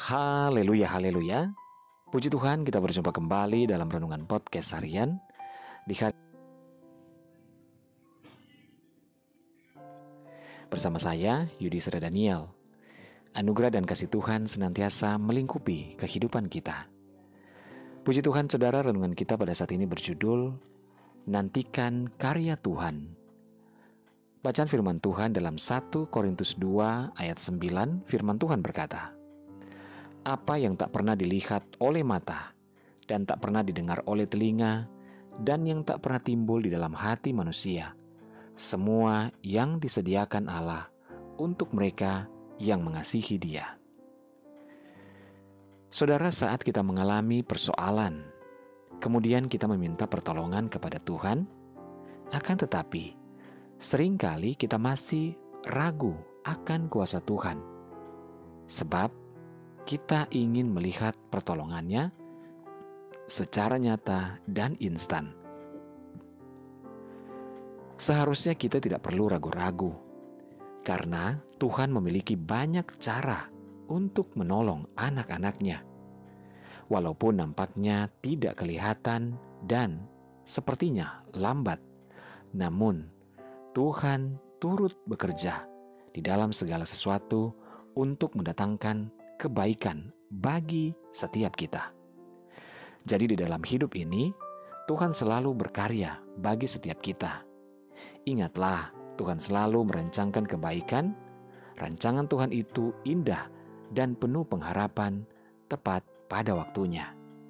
Haleluya, haleluya. Puji Tuhan, kita berjumpa kembali dalam Renungan Podcast Harian di hari bersama saya, Yudi Sera Daniel. Anugerah dan kasih Tuhan senantiasa melingkupi kehidupan kita. Puji Tuhan, saudara, renungan kita pada saat ini berjudul Nantikan Karya Tuhan. Bacaan firman Tuhan dalam 1 Korintus 2 ayat 9, firman Tuhan berkata, apa yang tak pernah dilihat oleh mata dan tak pernah didengar oleh telinga dan yang tak pernah timbul di dalam hati manusia, semua yang disediakan Allah untuk mereka yang mengasihi Dia. Saudara, saat kita mengalami persoalan, kemudian kita meminta pertolongan kepada Tuhan, akan tetapi seringkali kita masih ragu akan kuasa Tuhan, sebab kita ingin melihat pertolongannya secara nyata dan instan. Seharusnya kita tidak perlu ragu-ragu, karena Tuhan memiliki banyak cara untuk menolong anak-anaknya. Walaupun nampaknya tidak kelihatan dan sepertinya lambat, namun Tuhan turut bekerja di dalam segala sesuatu untuk mendatangkan kebaikan bagi setiap kita. Jadi di dalam hidup ini, Tuhan selalu berkarya bagi setiap kita. Ingatlah, Tuhan selalu merancangkan kebaikan. Rancangan Tuhan itu indah dan penuh pengharapan, tepat pada waktunya.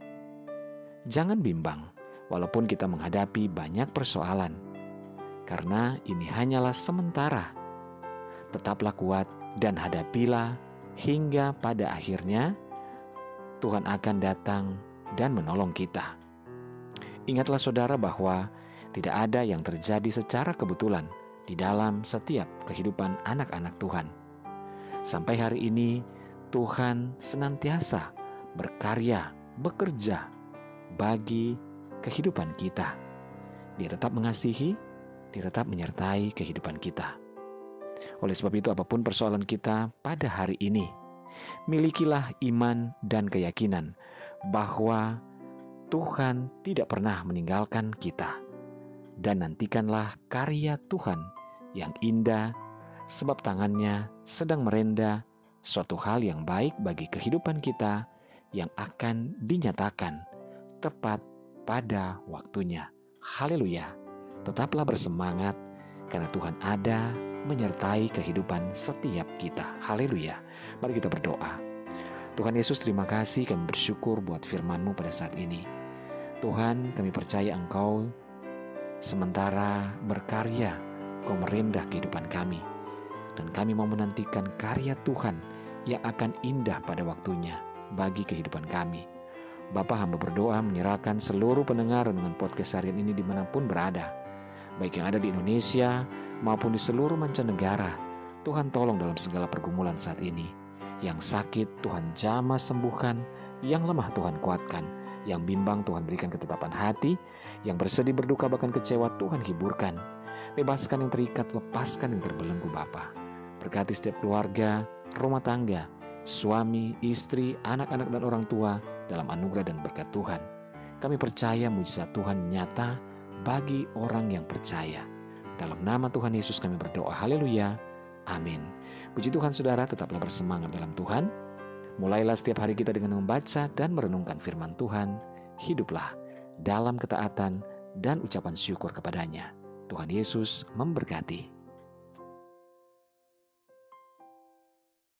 Jangan bimbang, walaupun kita menghadapi banyak persoalan, karena ini hanyalah sementara. Tetaplah kuat dan hadapilah hingga pada akhirnya Tuhan akan datang dan menolong kita. Ingatlah saudara bahwa tidak ada yang terjadi secara kebetulan di dalam setiap kehidupan anak-anak Tuhan. Sampai hari ini Tuhan senantiasa berkarya, bekerja bagi kehidupan kita. Dia tetap mengasihi, dia tetap menyertai kehidupan kita. Oleh sebab itu, apapun persoalan kita pada hari ini, milikilah iman dan keyakinan bahwa Tuhan tidak pernah meninggalkan kita. Dan nantikanlah karya Tuhan yang indah, sebab tangannya sedang merenda suatu hal yang baik bagi kehidupan kita yang akan dinyatakan tepat pada waktunya. Haleluya. Tetaplah bersemangat karena Tuhan ada menyertai kehidupan setiap kita. Haleluya. Mari kita berdoa. Tuhan Yesus, terima kasih, kami bersyukur buat firman-Mu pada saat ini. Tuhan, kami percaya Engkau sementara berkarya, Engkau merendah kehidupan kami. Dan kami mau menantikan karya Tuhan yang akan indah pada waktunya bagi kehidupan kami. Bapa, hamba berdoa menyerahkan seluruh pendengar dengan podcast harian ini dimanapun berada, baik yang ada di Indonesia maupun di seluruh mancanegara. Tuhan tolong dalam segala pergumulan saat ini. Yang sakit Tuhan jamah sembuhkan, yang lemah Tuhan kuatkan, yang bimbang Tuhan berikan ketetapan hati, yang bersedih berduka bahkan kecewa Tuhan hiburkan. Bebaskan yang terikat, lepaskan yang terbelenggu Bapa. Berkati setiap keluarga, rumah tangga, suami, istri, anak-anak dan orang tua dalam anugerah dan berkat Tuhan. Kami percaya mujizat Tuhan nyata bagi orang yang percaya. Dalam nama Tuhan Yesus kami berdoa, haleluya, amin. Puji Tuhan, saudara, tetaplah bersemangat dalam Tuhan. Mulailah setiap hari kita dengan membaca dan merenungkan firman Tuhan. Hiduplah dalam ketaatan dan ucapan syukur kepadanya. Tuhan Yesus memberkati.